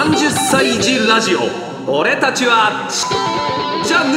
30歳児ラジオ、俺たちはじゃね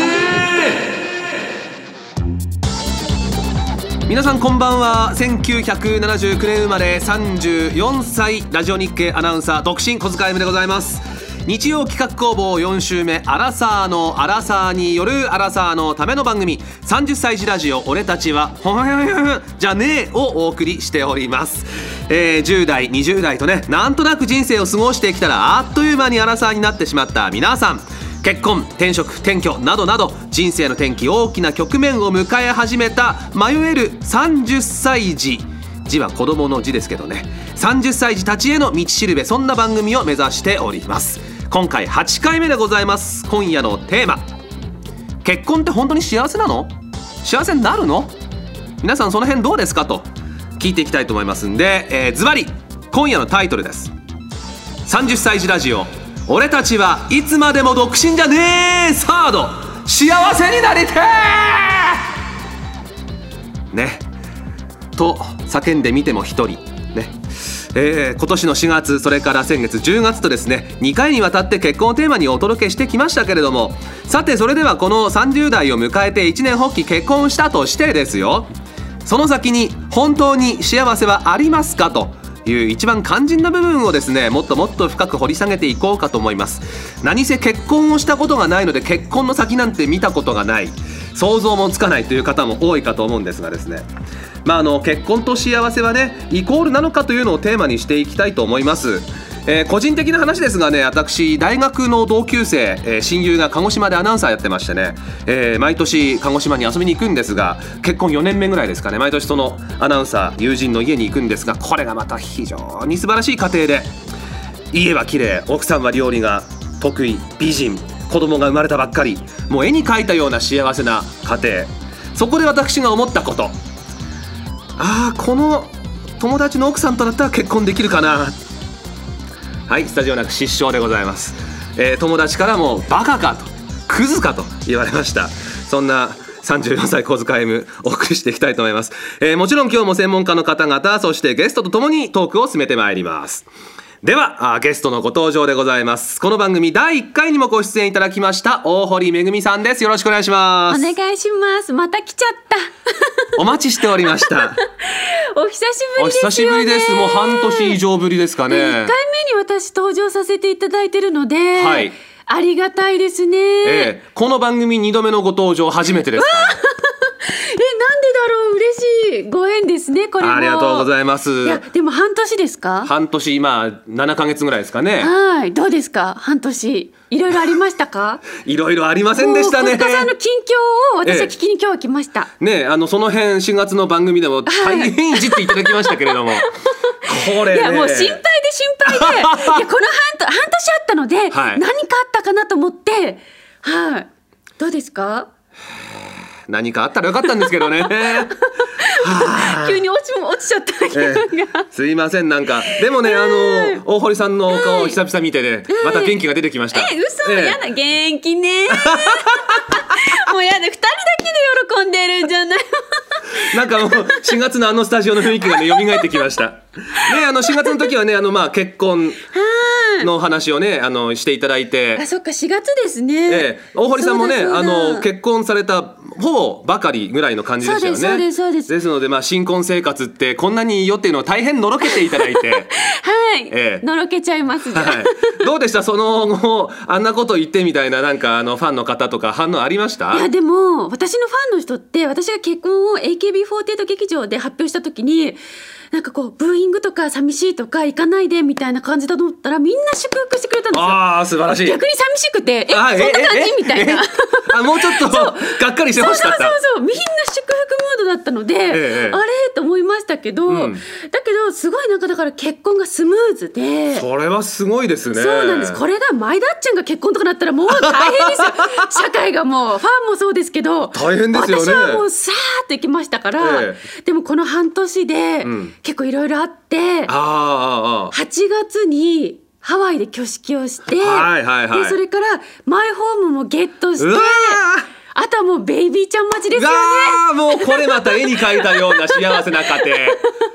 え。皆さんこんばんは。1979年生まれ34歳ラジオ日経アナウンサー独身小塚 M でございます。日曜企画工房4週目、アラサーのアラサーによるアラサーのための番組、30歳児ラジオ俺たちはじゃねえをお送りしております。10代20代とね、なんとなく人生を過ごしてきたらあっという間にアラサーになってしまった皆さん、結婚、転職、転居などなど人生の転機、大きな局面を迎え始めた迷える30歳児、字は子供の字ですけどね、30歳児たちへの道しるべ、そんな番組を目指しております。今回8回目でございます。今夜のテーマ、結婚って本当に幸せなの？幸せになるの？皆さんその辺どうですかと聞いていきたいと思いますんで、ズバリ今夜のタイトルです。30歳児ラジオ、俺たちはいつまでも独身じゃねえサード、幸せになりてーねと叫んでみても一人ね。今年の4月、それから先月10月とですね、2回にわたって結婚をテーマにお届けしてきましたけれども、さてそれではこの30代を迎えて一年発起結婚したとしてですよ、その先に本当に幸せはありますかという一番肝心な部分をですね、もっともっと深く掘り下げていこうかと思います。何せ結婚をしたことがないので、結婚の先なんて見たことがない、想像もつかないという方も多いかと思うんですがですね、結婚と幸せはねイコールなのかというのをテーマにしていきたいと思います。個人的な話ですがね、私大学の同級生、親友が鹿児島でアナウンサーやってましてね、毎年鹿児島に遊びに行くんですが、結婚4年目ぐらいですかね、毎年そのアナウンサー友人の家に行くんですが、これがまた非常に素晴らしい家庭で、家は綺麗、奥さんは料理が得意、美人、子供が生まれたばっかり、もう絵に描いたような幸せな家庭。そこで私が思ったこと、この友達の奥さんとだったら結婚できるかな。はい、スタジオなく失笑でございます。友達からもバカかと、クズかと言われました。そんな34歳小塚 M お送りしていきたいと思います。もちろん今日も専門家の方々、そしてゲストとともにトークを進めてまいります。ではゲストのご登場でございます。この番組第1回にもご出演いただきました大堀めぐみさんです。よろしくお願いします。 お願いします。また来ちゃったお待ちしておりましたお久しぶりですよね。 お久しぶりです。もう半年以上ぶりですかね。 1回目に私登場させていただいてるので、 はい、 ありがたいですね。 この番組2度目のご登場初めてですかなんでだろう、嬉しいご縁ですね。これもありがとうございます。 いやでも半年ですか？ 半年、今7ヶ月ぐらいですかね。 はい、どうですか半年、いろいろありましたか？ いろいろありませんでしたね。 小塚さんの近況を私は聞きに今日は来ました、 その辺4月の番組でも大変いじっていただきましたけれどもこれね、 いやもう心配でいやこの半年あったので、何かあったかなと思って、どうですか？ 何かあったらよかったんですけどね急に落ちちゃった気分が、 すいません。なんかでもね、大堀さんのお顔を久々見てね、また元気が出てきました。 嘘、やだ、元気ねもうやだ、2人だけで喜んでるんじゃないなんかもう4月のスタジオの雰囲気がね蘇ってきましたね。4月の時はね結婚の話をねしていただいて、 そっか4月ですね。 大堀さんもね結婚されたほぼばかりぐらいの感じでしたよね。 そうです。 ですので新婚生活ってこんなにいいよっていうのを大変のろけていただいてはい、のろけちゃいますじゃあ、どうでした？その後あんなこと言ってみたいな、なんかファンの方とか反応ありました？ いやでも私のファンの人って、私が結婚を AKB48 劇場で発表した時に、なんかこうブーイングとか寂しいとか行かないでみたいな感じだと思ったら、みんな祝福してくれたんですよ。 素晴らしい。 逆に寂しくて、そんな感じみたいなもうちょっとがっかりしてほしかった。 そうみんな祝福ムードだったので、あれと思いましたけど、だけどすごいだから結婚がスムーズで、 それはすごいですね。 そうなんです。これが前田っちゃんが結婚とかなったらもう大変ですよ社会がもうファンもそうですけど大変ですよね。 私はもうさーって行きましたから、でもこの半年で結構いろいろあって、8月にハワイで挙式をして、でそれからマイホームもゲットして、 あとはもうベイビーちゃん待ちですよね。 もうこれまた絵に描いたような幸せな家庭羨ましい。 そう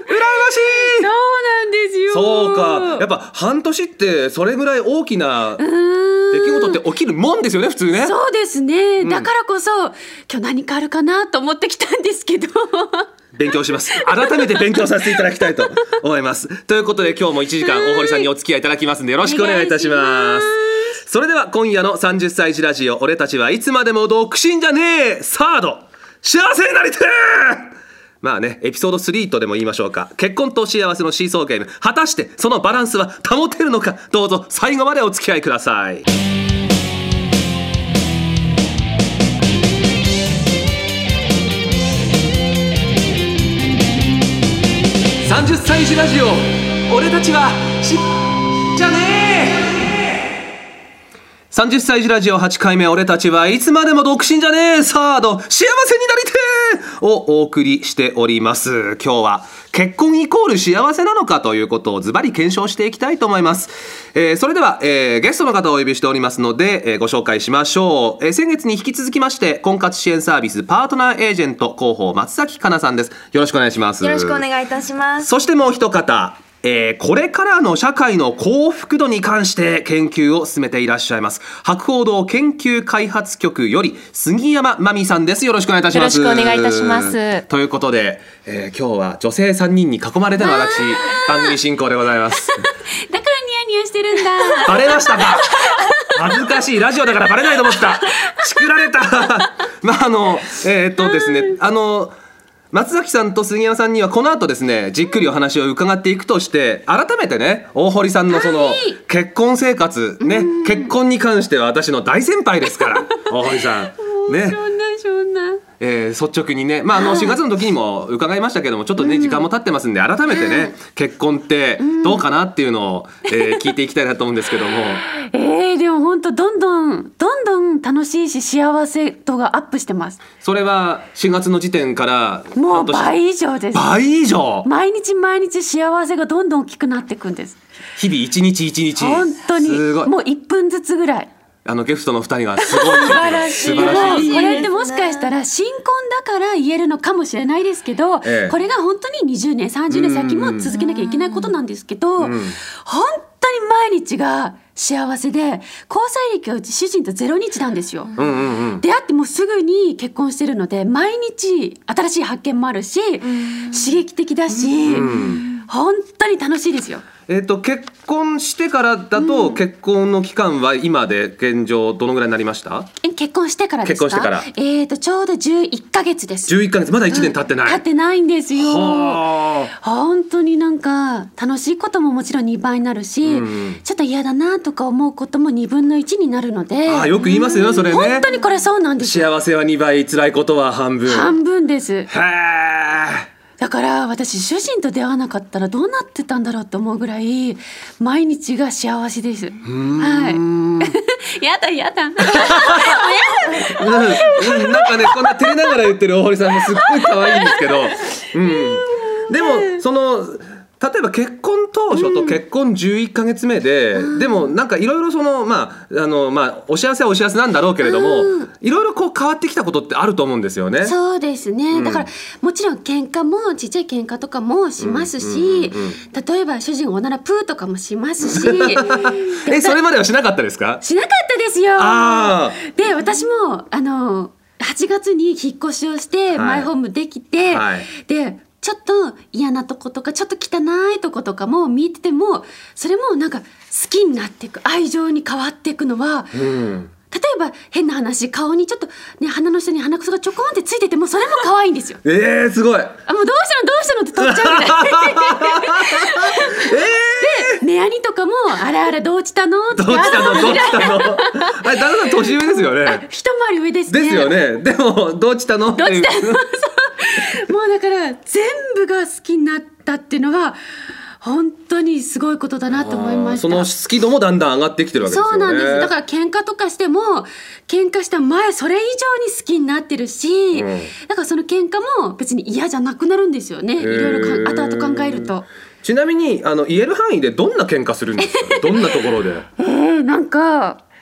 なんですよ。 そうか、やっぱ半年ってそれぐらい大きな出来事って起きるもんですよね、普通ね。 そうですね、だからこそ今日何かあるかなと思ってきたんですけど勉強します。改めて勉強させていただきたいと思いますということで今日も1時間大堀さんにお付き合いいただきますのでよろしくお願いいたします。それでは今夜の30歳児ラジオ、俺たちはいつまでも独身じゃねえサード、幸せになりてえ。まあね、エピソード3とでも言いましょうか。結婚と幸せのシーソーゲーム、果たしてそのバランスは保てるのか。どうぞ最後までお付き合いください。30歳児ラジオ、俺たちはじゃねえ。30歳児ラジオ8回目、俺たちはいつまでも独身じゃねえサード、幸せになりてえをお送りしております。今日は結婚イコール幸せなのかということをズバリ検証していきたいと思います。それでは、ゲストの方をお呼びしておりますので、ご紹介しましょう。先月に引き続きまして婚活支援サービスパートナーエージェント広報松崎かなさんです。よろしくお願いします。 よろしくお願いいたします。 そしてもう一方、これからの社会の幸福度に関して研究を進めていらっしゃいます博報堂研究開発局より杉山真美さんです。よろしくお願いいたします。 よろしくお願いいたします。 ということで、今日は女性3人に囲まれての私番組進行でございますだからニヤニヤしてるんだバレましたか。恥ずかしい、ラジオだからバレないと思った。チクられたですね、松崎さんと杉山さんにはこの後ですねじっくりお話を伺っていくとして、改めてね大堀さんのその結婚生活ね、結婚に関しては私の大先輩ですから大堀さんね、 そんな率直にね、4月の時にも伺いましたけども、ちょっとね時間も経ってますんで改めてね、結婚ってどうかなっていうのを、聞いていきたいなと思うんですけどもでも本当どんどん楽しいし幸せ度がアップしてます。 それは4月の時点からもう倍以上です。 倍以上、 毎日幸せがどんどん大きくなっていくんです。 日々一日一日本当にすごい。 もう1分ずつぐらいゲストの2人がすごい素晴らしいこれってもしかしたら新婚だから言えるのかもしれないですけど、これが本当に20年30年先も続けなきゃいけないことなんですけど、本当に毎日が幸せで、交際歴はうち主人と0日なんですよ、出会ってもうすぐに結婚してるので、毎日新しい発見もあるし、刺激的だし、本当に楽しいですよ。 結婚してからだと、結婚の期間は今で現状どのぐらいになりました？ 結婚してからですか？ 結婚してからちょうど11ヶ月です。 11ヶ月、まだ1年経ってない、 経ってないんですよ。本当になんか楽しいことももちろん2倍になるし、ちょっと嫌だなとか思うことも2分の1になるので、 よく言いますよそれね。 本当にこれそうなんですよ。 幸せは2倍、辛いことは半分。 半分です。 へー。 だから私主人と出会わなかったらどうなってたんだろうと思うぐらい毎日が幸せです。やだなんかね、こんな照れながら言ってる大堀さんもすっごい可愛いんですけど、でもその例えば結婚当初と結婚11ヶ月目で、でもなんかいろいろそのお幸せはお幸せなんだろうけれども、いろいろこう変わってきたことってあると思うんですよね。 そうですね、だからもちろん喧嘩もちっちゃい喧嘩とかもしますし、例えば主人おならプーとかもしますしそれまではしなかったですか？ しなかったですよ。で私も8月に引っ越しをしてマイホームできて、でちょっと嫌なとことかちょっと汚いとことかも見てても、それもなんか好きになっていく、愛情に変わっていくのは、例えば変な話、顔にちょっとね鼻の下に鼻くそがちょこんってついててもそれも可愛いんですよ。 すごい。 もうどうしたのって取っちゃうみたいで目やにとかもあらどうしたのってどうしたのあれ旦那さん年上ですよね。 一回り上ですね。 ですよね。でもどうしたのっていうもうだから全部が好きになったっていうのは本当にすごいことだなと思いました。 その好き度もだんだん上がってきてるわけですよね。 そうなんです。だから喧嘩とかしても喧嘩した前それ以上に好きになってるし、だからその喧嘩も別に嫌じゃなくなるんですよね。いろいろ後々考えると。 ちなみに言える範囲でどんな喧嘩するんですか？どんなところで？ なんか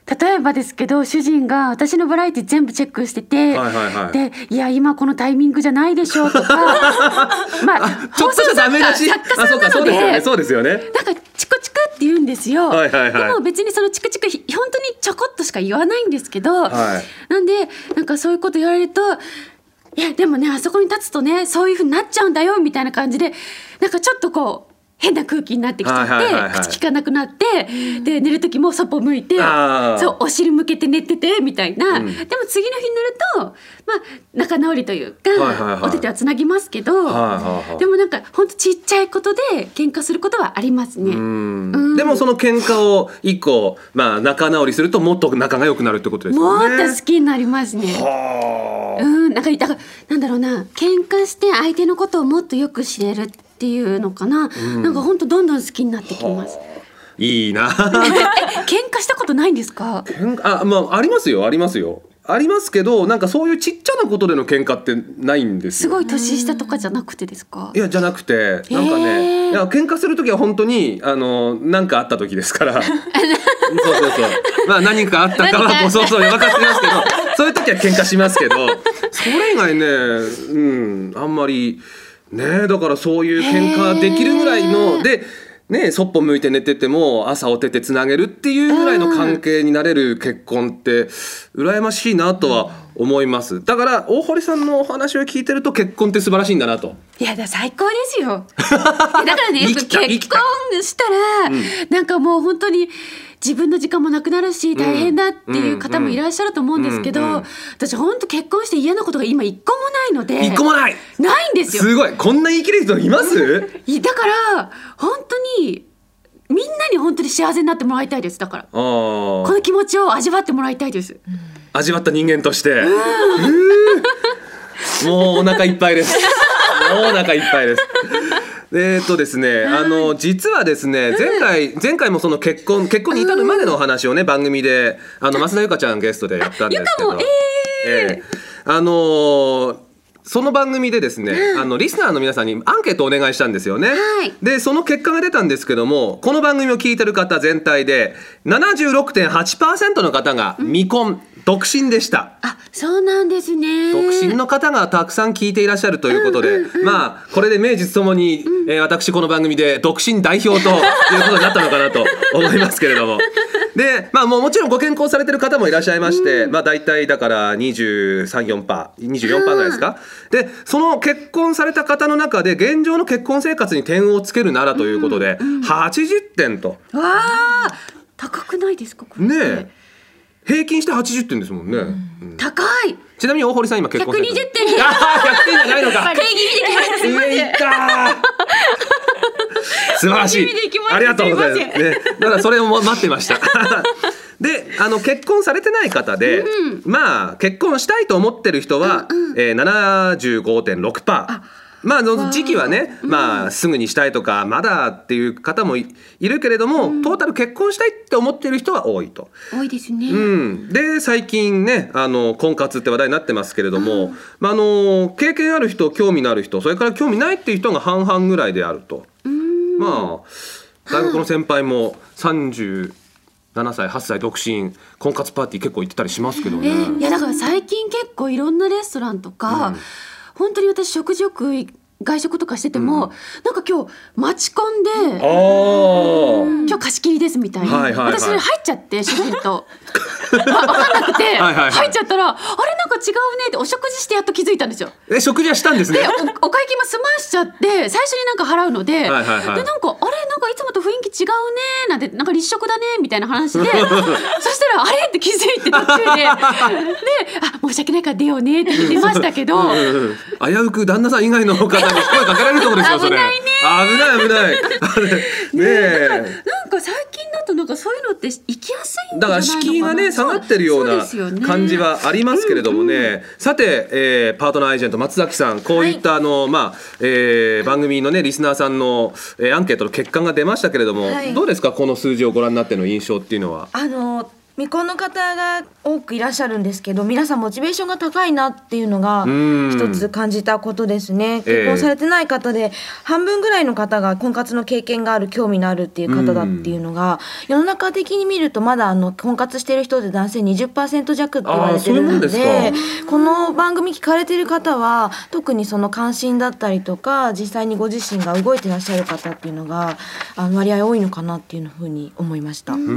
例えばですけど、主人が私のバラエティ全部チェックしてて、で、いや今このタイミングじゃないでしょうとかまあちょっとじゃダメだし、 作家さんなので、 そうですよね。 なんかチクチクって言うんですよ、 はいはいはい、 でも別にそのチクチク本当にちょこっとしか言わないんですけど、 はい、 なんでなんかそういうこと言われると、いやでもねあそこに立つとねそういう風になっちゃうんだよみたいな感じで、なんかちょっとこう変な空気になってきちゃって、口聞かなくなって、で寝る時もそっぽ向いて、そうお尻向けて寝ててみたいな、でも次の日になると、まあ、仲直りというか、お手手はつなぎますけど、でもなんかほんとちっちゃいことで喧嘩することはありますね。 でもその喧嘩を一個、まあ、仲直りするともっと仲が良くなるってことですよね。 もっと好きになりますね。なんかだからなんだろうな、喧嘩して相手のことをもっとよく知れるっていうのかな、なんか本当どんどん好きになってきます。 いいな喧嘩したことないんですか？ まあ、ありますよありますけど、なんかそういうちっちゃなことでの喧嘩ってないんですよ。 すごい年下とかじゃなくてですか？ いやじゃなくて、なんかね、いや喧嘩する時は本当に何かあった時ですからそうまあ何かあったかはそう分かってますけどそういう時は喧嘩しますけど、それ以外ね、あんまりね、だからそういう喧嘩できるぐらいのでね、そっぽ向いて寝てても朝お手手つなげるっていうぐらいの関係になれる結婚って羨ましいなとは思います。だから大堀さんのお話を聞いてると結婚って素晴らしいんだなと。 いや最高ですよだからね結婚したら、なんかもう本当に自分の時間もなくなるし大変だっていう方もいらっしゃると思うんですけど、私本当結婚して嫌なことが今一個もないので。 一個もないんですよ。 すごい、こんな言い切れる人いますだから本当にみんなに本当に幸せになってもらいたいです。だからこの気持ちを味わってもらいたいです。 味わった人間としてもうお腹いっぱいですもうお腹いっぱいですですね、実はですね、前回もその結婚に至るまでのお話をね、番組で増田ゆかちゃんゲストでやったんですけど、その番組でですね、リスナーの皆さんにアンケートをお願いしたんですよね。でその結果が出たんですけども、この番組を聞いてる方全体で 76.8% の方が未婚、独身でした。 そうなんですね。 独身の方がたくさん聞いていらっしゃるということで、まあこれで名実ともに、私この番組で独身代表ということになったのかなと思いますけれどもで、まあ、もちろんご健康されてる方もいらっしゃいまして、まあ、大体だから23、24% ぐらいですか。でその結婚された方の中で現状の結婚生活に点をつけるならということで、80点と。 わー、高くないですかこれね。 平均して80点ですもんね。 高い。 ちなみに大堀さん今結婚 120点。100点じゃないのか。 定義見てきました。すいません。 素晴らしい。ありがとうございます。だからそれを待ってました。で結婚されてない方で、まあ結婚したいと思ってる人は、75.6%。まあ時期はね、まあすぐにしたいとかまだっていう方も いるけれども、トータル結婚したいって思ってる人は多いと。 多いですね。 で最近ね婚活って話題になってますけれども、経験ある人、興味のある人、それから興味ないっていう人が半々ぐらいであると。まあ大学の先輩も37歳8歳独身、婚活パーティー結構行ってたりしますけどね。 いやだから最近結構いろんなレストランとか、本当に私食事よく外食とかしてても、なんか今日待ち込んで今日貸し切りですみたいな、私入っちゃって主人と分かんなくて入っちゃったら、あれなんか違うねってお食事してやっと気づいたんですよ。 食事はしたんですね。 でお会計も済ましちゃって最初になんか払うので、でなんかあれなんかいつもと雰囲気違うねなんて、なんか立食だねみたいな話でそしたらあれって気づいて途中で申し訳ないから出ようねって言ってましたけど危うく旦那さん以外の方に声かけられるところですよそれ。 危ないね。 危ないなんか最近だとなんかそういうのって行きやすいんじゃないのかな。 だから敷居がね下がってるような感じはありますけれどもね。さて、パートナーエージェント松崎さん、こういった番組のねリスナーさんの、アンケートの結果が出ましたけれども、どうですかこの数字をご覧になっての印象っていうのは。 未婚の方が多くいらっしゃるんですけど、皆さんモチベーションが高いなっていうのが一つ感じたことですね。結婚されてない方で半分ぐらいの方が婚活の経験がある、興味のあるっていう方だっていうのが、世の中的に見るとまだ婚活している人で男性 20% 弱って言われてるので、この番組聞かれてる方は特にその関心だったりとか、実際にご自身が動いてらっしゃる方っていうのが割合多いのかなっていうふうに思いました。はい。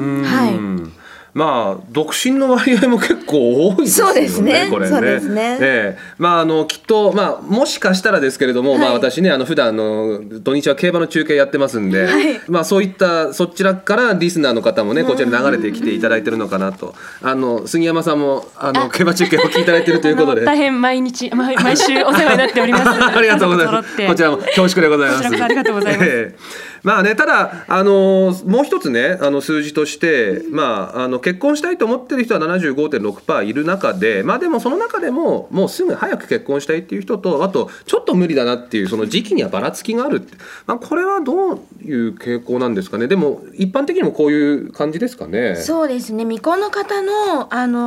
まあ独身の割合も結構多いですよね。 そうですね。 これね。 そうですね。 きっともしかしたらですけれども、私ね普段土日は競馬の中継やってますんで、そういったそちらからリスナーの方もねこちらに流れてきていただいてるのかなと。杉山さんも競馬中継を聞いていただいてるということで、 大変毎週お世話になっております。 ありがとうございます。こちらも恐縮でございます。 こちらこそありがとうございます。 ただもう一つね数字として結婚したいと思ってる人は 75.6% いる中で、でもその中でももうすぐ早く結婚したいっていう人と、あとちょっと無理だなっていうその時期にはばらつきがあるって、これはどういう傾向なんですかね。でも一般的にもこういう感じですかね。 そうですね。未婚の方の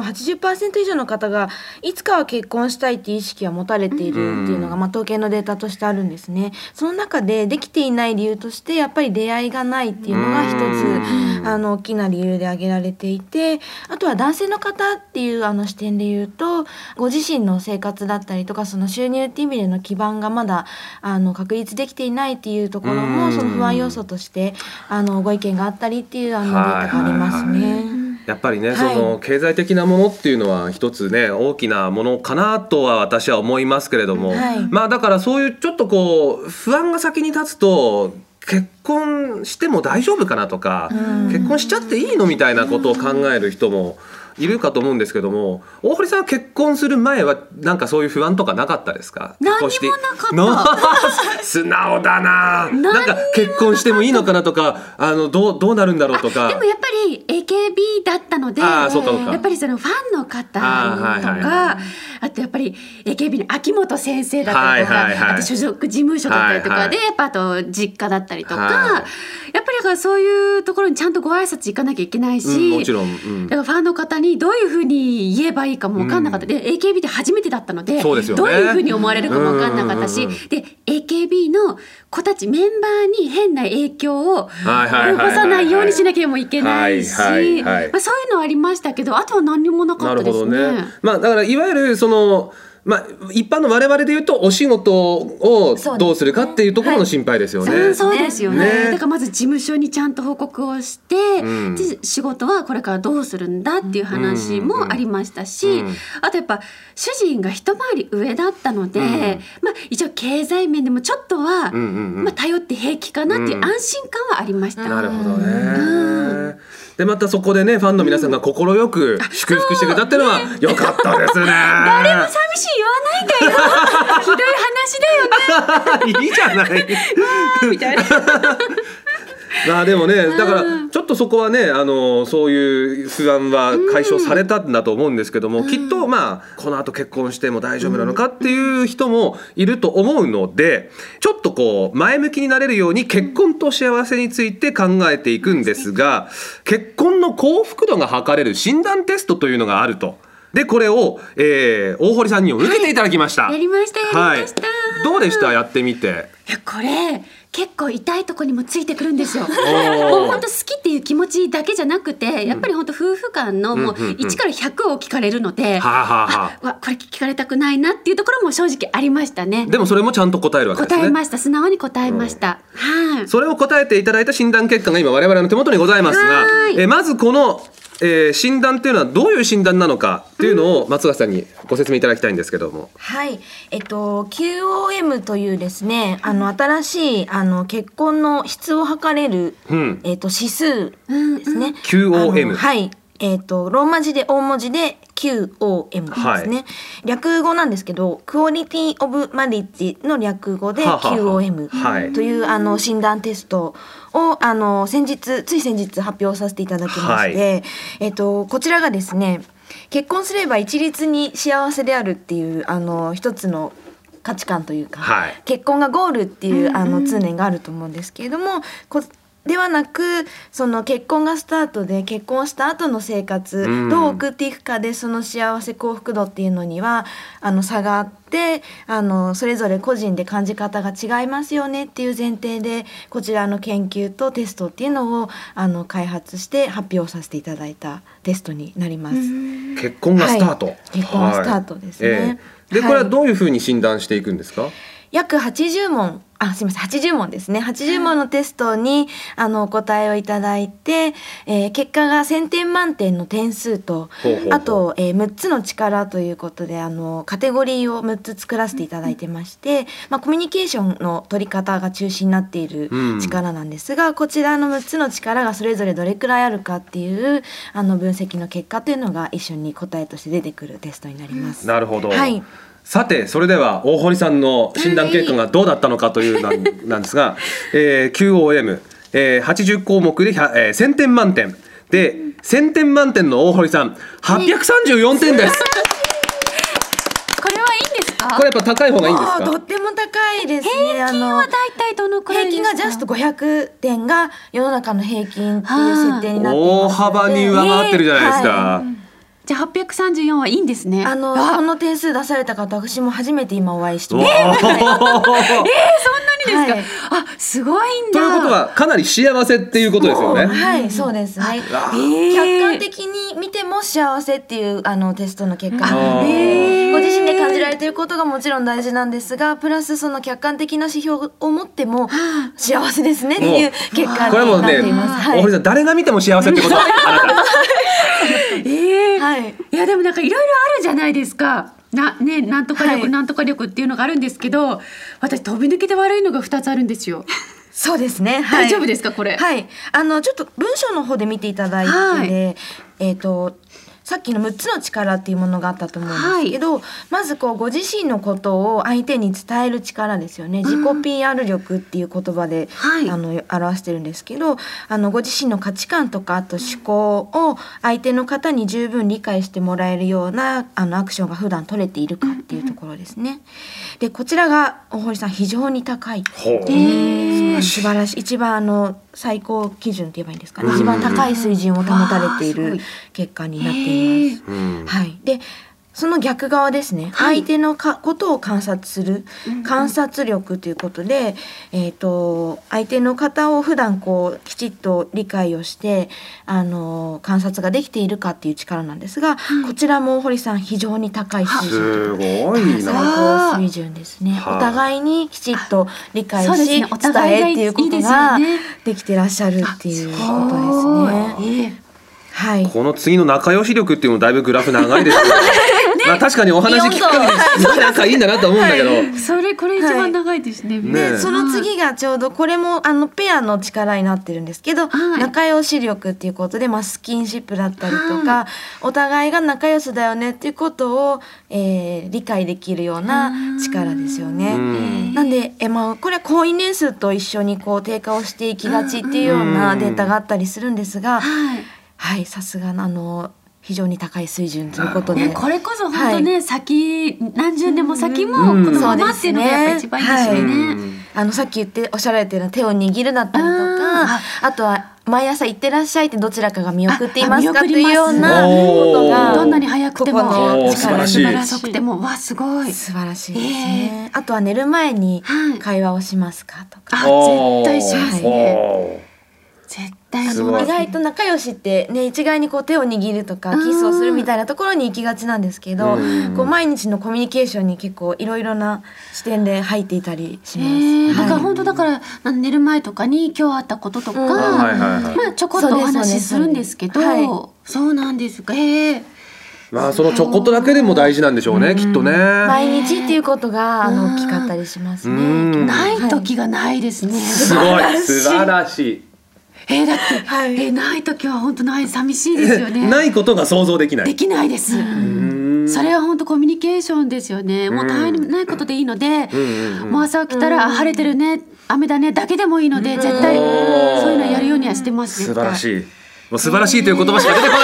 80% 以上の方がいつかは結婚したいっていう意識は持たれているっていうのが、統計のデータとしてあるんですね。その中でできていない理由としてやっぱり出会いがないっていうのが一つ大きな理由で挙げられていて、あとは男性の方っていう視点で言うと、ご自身の生活だったりとかその収入っていう意味での基盤がまだ確立できていないっていうところもその不安要素としてご意見があったりっていうデータがありますね。 やっぱりね、その経済的なものっていうのは一つね大きなものかなとは私は思いますけれども、だからそういうちょっと不安が先に立つと結婚しても大丈夫かなとか、結婚しちゃっていいのみたいなことを考える人もいるかと思うんですけども、大堀さんは結婚する前はなんかそういう不安とかなかったですか？ 何にもなかった素直だな。なんか結婚してもいいのかなとかどうなるんだろうとか。 でもやっぱり AKB だったので、やっぱりそのファンの方とか、あとやっぱり AKB の秋元先生だったりとか、あと所属事務所だったりとかで、やっぱあと実家だったりとか、やっぱりだからそういうところにちゃんとご挨拶行かなきゃいけないし、 もちろん、 だからファンの方にどういうふうに言えばいいかも分かんなかった、で AKB で初めてだったので、どういうふうに思われるかも分かんなかったし、で AKB の子たちメンバーに変な影響を及ぼさないようにしなきゃもいけないし、そういうのはありましたけど、あとは何にもなかったですね。 だからいわゆるその一般の我々で言うとお仕事をどうするかっていうところの心配ですよね。 そうですよね。だからまず事務所にちゃんと報告をして、で仕事はこれからどうするんだっていう話もありましたし、あとやっぱ主人が一回り上だったので、一応経済面でもちょっとは、頼って平気かなっていう安心感はありました。 なるほどね。でまたそこでねファンの皆さんが快く祝福してくれたっていうのは良かったですね。 誰も寂しい言わないんだよ。ひどい話だよね。 いいじゃないみたいな。 でもね、だからちょっとそこはねそういう不安は解消されたんだと思うんですけども、きっとこの後結婚しても大丈夫なのかっていう人もいると思うので、ちょっと前向きになれるように結婚と幸せについて考えていくんですが、結婚の幸福度が測れる診断テストというのがあると。でこれを、大堀さんに受けていただきました。 やりました。 どうでした？やってみて。 これ結構痛いとこにもついてくるんですよ。もう本当好きっていう気持ちだけじゃなくて、やっぱり本当夫婦間のもう1から100を聞かれるので、これ聞かれたくないなっていうところも正直ありましたね。 でもそれもちゃんと答えるわけですね。 答えました。素直に答えました。 それを答えていただいた診断結果が今我々の手元にございますが、まずこの診断っていうのはどういう診断なのかっていうのを松川さんにご説明いただきたいんですけども。 QOM というですね新しい結婚の質を測れる、指数ですね。 QOM。 ローマ字で大文字で QOM ですね、略語なんですけど、クオリティオブマリッジの略語で QOM という診断テストをつい先日発表させていただきまして、こちらがですね、結婚すれば一律に幸せであるっていう一つの価値観というか、結婚がゴールっていう通念があると思うんですけれども、 ではなく、その結婚がスタートで結婚した後の生活、どう送っていくかでその幸せ幸福度っていうのには差があって、それぞれ個人で感じ方が違いますよねっていう前提でこちらの研究とテストっていうのを開発して発表させていただいたテストになります。 結婚がスタート、 結婚がスタートですね。 でこれはどういうふうに診断していくんですか？ 約80問すみません80問ですね。80問のテストにお答えをいただいて、結果が1000点満点の点数と、あと、6つの力ということでカテゴリーを6つ作らせていただいてまして、コミュニケーションの取り方が中心になっている力なんですが、こちらの6つの力がそれぞれどれくらいあるかっていう分析の結果というのが一緒に答えとして出てくるテストになります。 なるほど、 はい。 さてそれでは大堀さんの診断結果がどうだったのかというなんですが、QOM、80項目で1000点満点で1000点満点の大堀さん834点です。 これはいいんですか？ これやっぱ高い方がいいんですか？ とっても高いですね。 平均はだいたいどのくらいですか？ 平均がジャスト500点が世の中の平均っていう設定になっていますので、 大幅に上回ってるじゃないですか。 じゃあ834はいいんですね。 この点数出された方、私も初めて今お会いしてます。 そんなにですか？すごいんだ。 ということはかなり幸せっていうことですよね。 はい、そうですね。客観的に見ても幸せっていうテストの結果、ご自身で感じられていることがもちろん大事なんですが、プラスその客観的な指標を持っても幸せですねっていう結果これもね、 になっています。 大堀さん誰が見ても幸せってこと。あなた。 いやでもなんかいろいろあるじゃないですか。なんとか力、なんとか力っていうのがあるんですけど、私飛び抜けて悪いのが2つあるんですよ。 そうですね。 大丈夫ですかこれ？ はい。ちょっと文章の方で見ていただいて、さっきの6つの力っていうものがあったと思うんですけど、まずご自身のことを相手に伝える力ですよね。自己 PR 力っていう言葉で、表してるんですけど、ご自身の価値観とかあと思考を相手の方に十分理解してもらえるようなアクションが普段取れているかっていうところですね。でこちらが大堀さん非常に高い。素晴らしい。一番最高基準って言えばいいんですかね。一番高い水準を保たれている結果になっています。はい。でその逆側ですね。相手のことを観察する観察力ということで、相手の方を普段きちっと理解をして観察ができているかっていう力なんですが、こちらも堀さん非常に高い水準。 すごいな。 最高水準ですね。お互いにきちっと理解し、伝えっていうことができてらっしゃるっていうことですね。はい。 この次の仲良し力っていうのもだいぶグラフ長いですけど、確かにお話聞く限り仲いいんだなと思うんだけど、 これ一番長いですね。 でその次がちょうどこれもペアの力になってるんですけど、仲良し力っていうことで、スキンシップだったりとか、お互いが仲良しだよねっていうことを、理解できるような力ですよね。なんで、これは婚姻年数と一緒に低下をしていきがちっていうようなデータがあったりするんですが、はい、さすが非常に高い水準ということで、 これこそ本当ね、先何十年も先もこのままっていうのがやっぱ一番いいですよね。さっきおっしゃられてるような手を握るだったりとか、あとは毎朝行ってらっしゃいってどちらかが見送っていますかというようなことが、 どんなに早くても素晴らしい、 遅くてもすごい素晴らしいですね。あとは寝る前に会話をしますかとか、 絶対しますね。絶対意外と仲良しってね、一概に手を握るとかキスをするみたいなところに行きがちなんですけど、毎日のコミュニケーションに結構いろいろな視点で入っていたりします。 だから本当だから寝る前とかに今日あったこととか、ちょこっとお話しするんですけど、そうなんですか。 そのちょこっとだけでも大事なんでしょうね、きっとね。 毎日っていうことが大きかったりしますね。 ない時がないですね。 すごい、素晴らしい。 だって、ない時は本当ない、寂しいですよね。 ないことが想像できない。 できないです。それは本当コミュニケーションですよね。もう大変ないことでいいので、もう朝起きたら晴れてるね、雨だねだけでもいいので、絶対そういうのやるようにはしてます。 素晴らしい。もう素晴らしいという言葉しか出てこ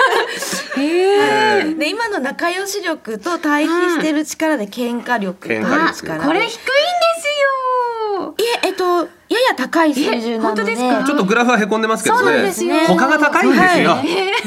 ない。 で今の仲良し力と対比してる力で喧嘩力。 喧嘩力。 これ低いんですよ。 やや高い水準なので。 本当ですか？ ちょっとグラフはへこんでますけどそうなんねですね。 他が高いんですよ、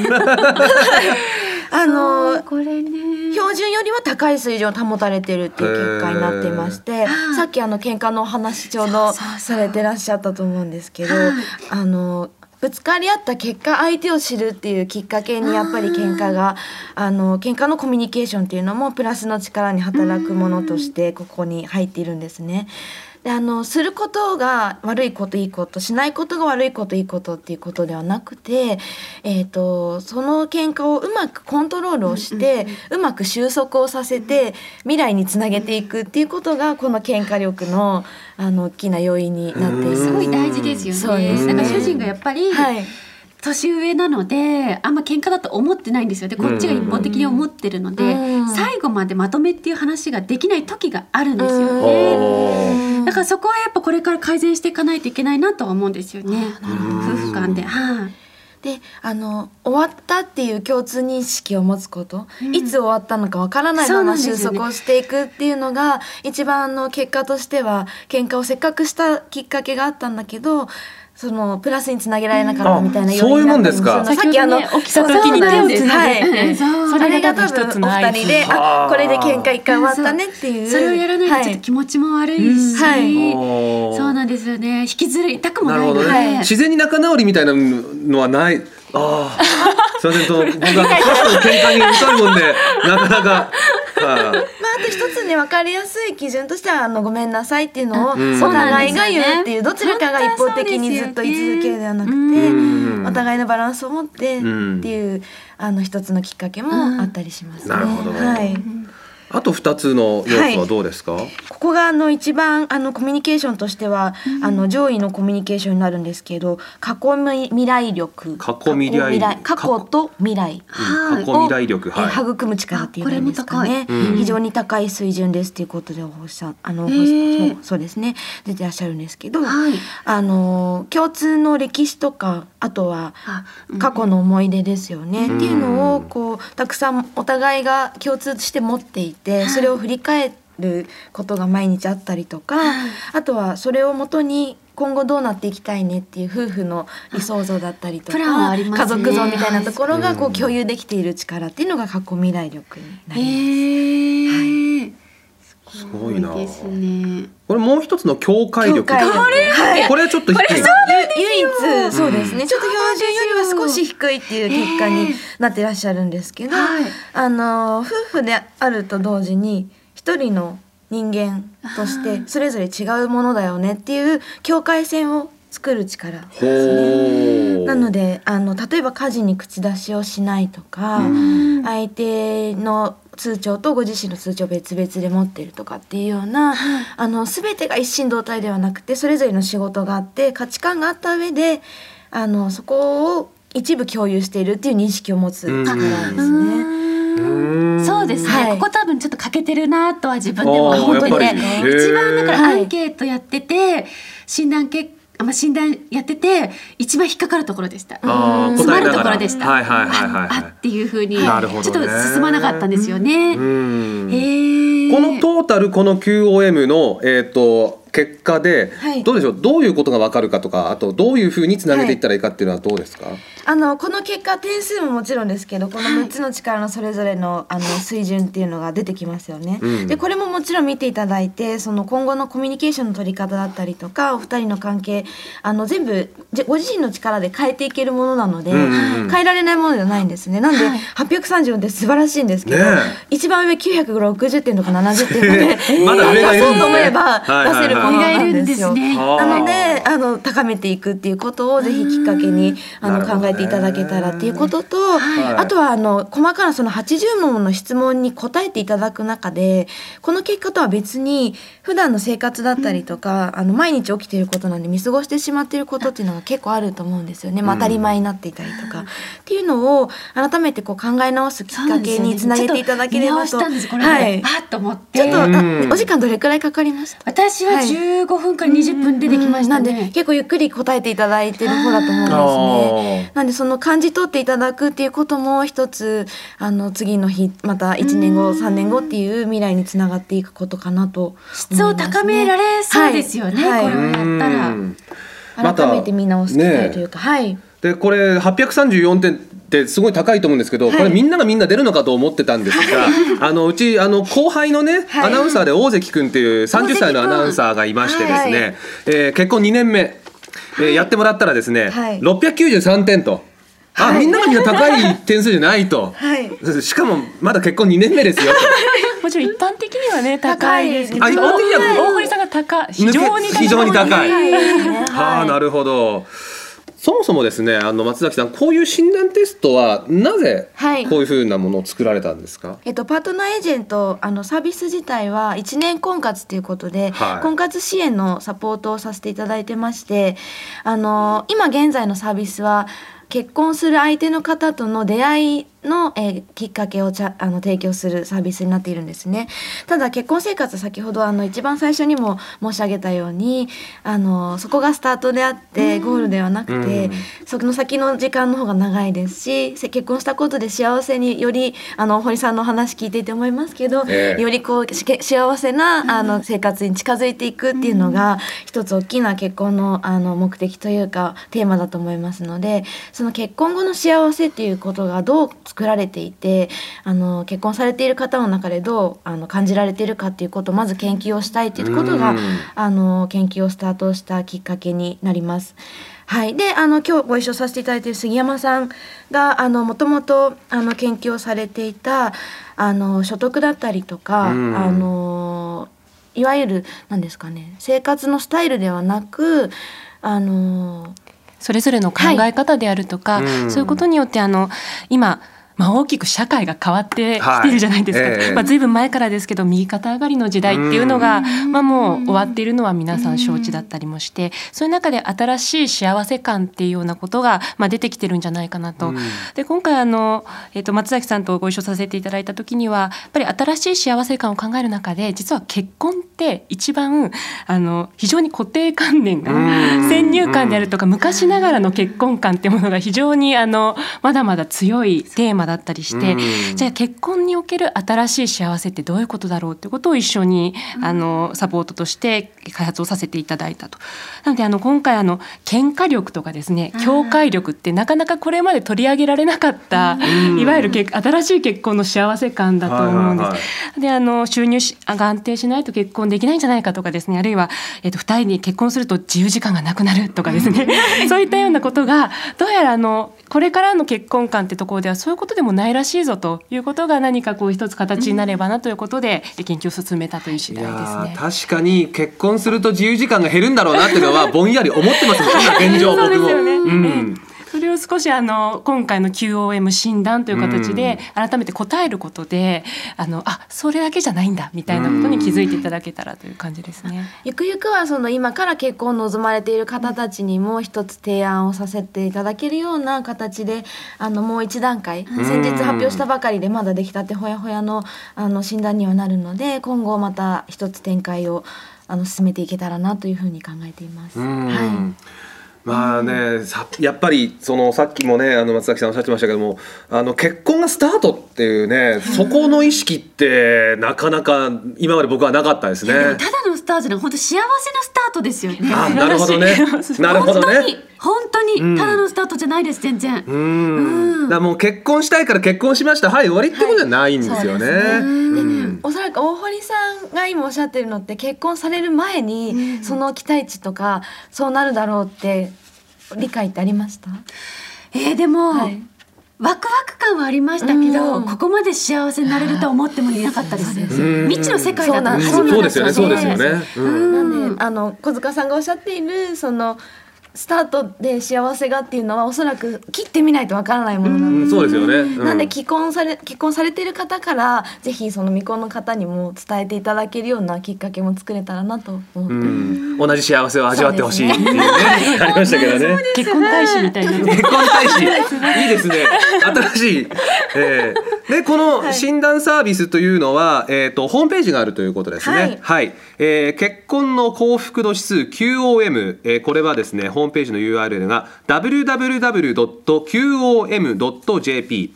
これね。 標準よりは高い水準を保たれてるっていう結果になっていまして、さっき喧嘩のお話ちょうどされてらっしゃったと思うんですけど、ぶつかり合った結果相手を知るっていうきっかけにやっぱり喧嘩が喧嘩のコミュニケーションっていうのもプラスの力に働くものとしてここに入っているんですね。ですることが悪いこといいことしないことが悪いこといいことっていうことではなくて、その喧嘩をうまくコントロールをして、うまく収束をさせて未来につなげていくっていうことがこの喧嘩力の大きな要因になっています。 すごい大事ですよね。 そうですね。 なんか主人がやっぱり、 はい、 年上なのであんま喧嘩だと思ってないんですよ。でこっちが一方的に思ってるので、最後までまとめっていう話ができない時があるんですよね。だからそこはやっぱこれから改善していかないといけないなとは思うんですよね。夫婦間で。 で終わったっていう共通認識を持つこと、いつ終わったのかわからないまま収束をしていくっていうのが一番結果としては喧嘩をせっかくしたきっかけがあったんだけどプラスにつなげられなかったみたいなそういうもんですか。 さっき起きた時に手をつなげて、 それが多分お二人でこれで喧嘩一回終わったねっていう、 それをやらないとちょっと気持ちも悪いし、そうなんですよね。引きずりたくもないので、 自然に仲直りみたいなのはない。すいません、僕は少しの喧嘩に疎いもんでなかなか。 あと一つね分かりやすい基準としてはごめんなさいっていうのをお互いが言うっていう、どちらかが一方的にずっと言い続けるではなくて、お互いのバランスを持ってっていう一つのきっかけもあったりしますね。 なるほど。 はい。 あと2つの要素はどうですか？ ここが一番コミュニケーションとしては上位のコミュニケーションになるんですけど、過去未来力、過去と未来過去未来力、 育む力っていうんですかね。非常に高い水準ですっていうことでそうですね出てらっしゃるんですけど、共通の歴史とかあとは過去の思い出ですよねっていうのをたくさんお互いが共通して持っていて、それを振り返ることが毎日あったりとか、あとはそれをもとに今後どうなっていきたいねっていう夫婦の理想像だったりとか、家族像みたいなところが共有できている力っていうのが過去未来力になります。 すごいな。 ですね。 これもう一つの境界力。これちょっと低い。 唯一そうですね。ちょっと標準よりは少し低いっていう結果になってらっしゃるんですけど、夫婦であると同時に一人の人間としてそれぞれ違うものだよねっていう境界線を作る力ですね。なので例えば家事に口出しをしないとか、相手の通帳とご自身の通帳を別々で持っているとかっていうような全てが一心同体ではなくて、それぞれの仕事があって価値観があった上でそこを一部共有しているっていう認識を持つ力ですね。 そうですね、ここ多分ちょっと欠けてるなとは自分でも思ってて、一番だからアンケートやってて診断やってて一番引っかかるところでした。詰まるところでした。っていう風にちょっと進まなかったんですよね。このトータルこの QOM の結果でどうでしょう、どういうことが分かるかとか、あとどういうふうにつなげていったらいいかっていうのはどうですか？ この結果点数ももちろんですけど、この6つの力のそれぞれの水準っていうのが出てきますよね。でこれももちろん見ていただいて、その今後のコミュニケーションの取り方だったりとか、お二人の関係全部ご自身の力で変えていけるものなので、変えられないものではないんですね。なんで834って素晴らしいんですけど、一番上960点とか70点でまだ上がいるんですね。 出そうと思えば出せるものなんですよ。なので高めていくっていうことをぜひきっかけに考えていただけたらっていうことと、あとは細かなその80問の質問に答えていただく中で、この結果とは別に普段の生活だったりとか、毎日起きていることなんで見過ごしてしまっていることっていうのが結構あると思うんですよね。当たり前になっていたりとかっていうのを改めて考え直すきっかけにつなげていただければと。 パッと思ってちょっとお時間どれくらいかかりました？ 私は15分から20分でできましたね。 なんで結構ゆっくり答えていただいてる方だと思うんですね。なんででその感じ取っていただくっていうことも一つ次の日また1年後3年後っていう未来につながっていくことかなと思いますね。 質を高められそうですよね、 はいこれをやったら。 改めて見直していきたいというか、はいでこれ834点ってすごい高いと思うんですけど、これみんながみんな出るのかと思ってたんですが、うち後輩のね、アナウンサーで大関くんっていう30歳のアナウンサーがいましてですね、結婚2年目、やってもらったらですね、693点と。みんながみんな高い点数じゃないと、しかもまだ結婚2年目ですよと。 もちろん一般的にはね高いですけど、 一般的には大堀さんが非常に高い。 なるほど。そもそもですね、松崎さん、こういう診断テストはなぜこういうふうなものを作られたんですか？ パートナーエージェントサービス自体は1年婚活ということで、婚活支援のサポートをさせていただいてまして、今現在のサービスは結婚する相手の方との出会いの、きっかけを提供するサービスになっているんですね。ただ結婚生活、先ほど一番最初にも申し上げたようにそこがスタートであってゴールではなくて、その先の時間の方が長いですし、結婚したことで幸せにより堀さんの話聞いていて思いますけど、よりこう幸せな生活に近づいていくっていうのが一つ大きな結婚の目的というかテーマだと思いますので、その結婚後の幸せっていうことがどう作られていて結婚されている方の中でどう感じられているかっていうことをまず研究をしたいということが研究をスタートしたきっかけになります。はい、で今日ご一緒させていただいている杉山さんがもともと研究をされていた所得だったりとかいわゆる何ですかね、生活のスタイルではなくそれぞれの考え方であるとか、そういうことによって今大きく社会が変わってきているじゃないですか。随分前からですけど右肩上がりの時代っていうのが、もう終わっているのは皆さん承知だったりもして、そういう中で新しい幸せ感っていうようなことが、出てきてるんじゃないかなと。で今回松崎さんとご一緒させていただいた時にはやっぱり新しい幸せ感を考える中で、実は結婚って一番非常に固定観念が先入観であるとか昔ながらの結婚観っていうものが非常にまだまだ強いテーマだったりして、じゃあ結婚における新しい幸せってどういうことだろうってことを一緒にサポートとして開発をさせていただいたと。なので今回喧嘩力とかですね、境界力ってなかなかこれまで取り上げられなかった、いわゆる新しい結婚の幸せ感だと思うんです。で収入が安定しないと結婚できないんじゃないかとかですね、あるいは、2人に結婚すると自由時間がなくなるとかですねそういったようなことがどうやらこれからの結婚観ってところではそういうことでもないらしいぞということが何か一つ形になればなということで研究を進めたという次第ですね。 確かに結婚すると自由時間が減るんだろうなっていうのはぼんやり思ってます今現状僕も。 それを少し今回の QOM 診断という形で改めて答えることでそれだけじゃないんだみたいなことに気づいていただけたらという感じですね。 ゆくゆくは今から結婚を望まれている方たちにも一つ提案をさせていただけるような形でもう一段階先日発表したばかりでまだできたてほやほやの診断にはなるので、今後また一つ展開を進めていけたらなというふうに考えています。 やっぱりさっきもね松崎さんおっしゃってましたけども結婚がスタートっていうね、そこの意識ってなかなか今まで僕はなかったですね。 ただのスタートじゃない、本当幸せなスタートですよね。 なるほどねなるほどね、 本当にただのスタートじゃないです、全然。 だからもう結婚したいから結婚しました、はい終わりってことじゃないんですよね。 おそらく大堀さんが今おっしゃってるのって結婚される前にその期待値とかそうなるだろうって理解ってありました？ でも、ワクワク感はありましたけど、ここまで幸せになれるとは思ってもいなかったです。未知の世界だった。 そうですよね、そうですよね。 なんで小塚さんがおっしゃっているスタートで幸せがっていうのはおそらく切ってみないとわからないものなんです。 そうですよね。 なんで結婚されている方からぜひ未婚の方にも伝えていただけるようなきっかけも作れたらなと思ってます。 同じ幸せを味わってほしいっていうねありましたけどね。 結婚大使みたいな結婚大使いいですね、新しい。でこの診断サービスというのは、ホームページがあるということですね。結婚の幸福度指数 QOM、これはですねホホームページの URL が www.qom.jp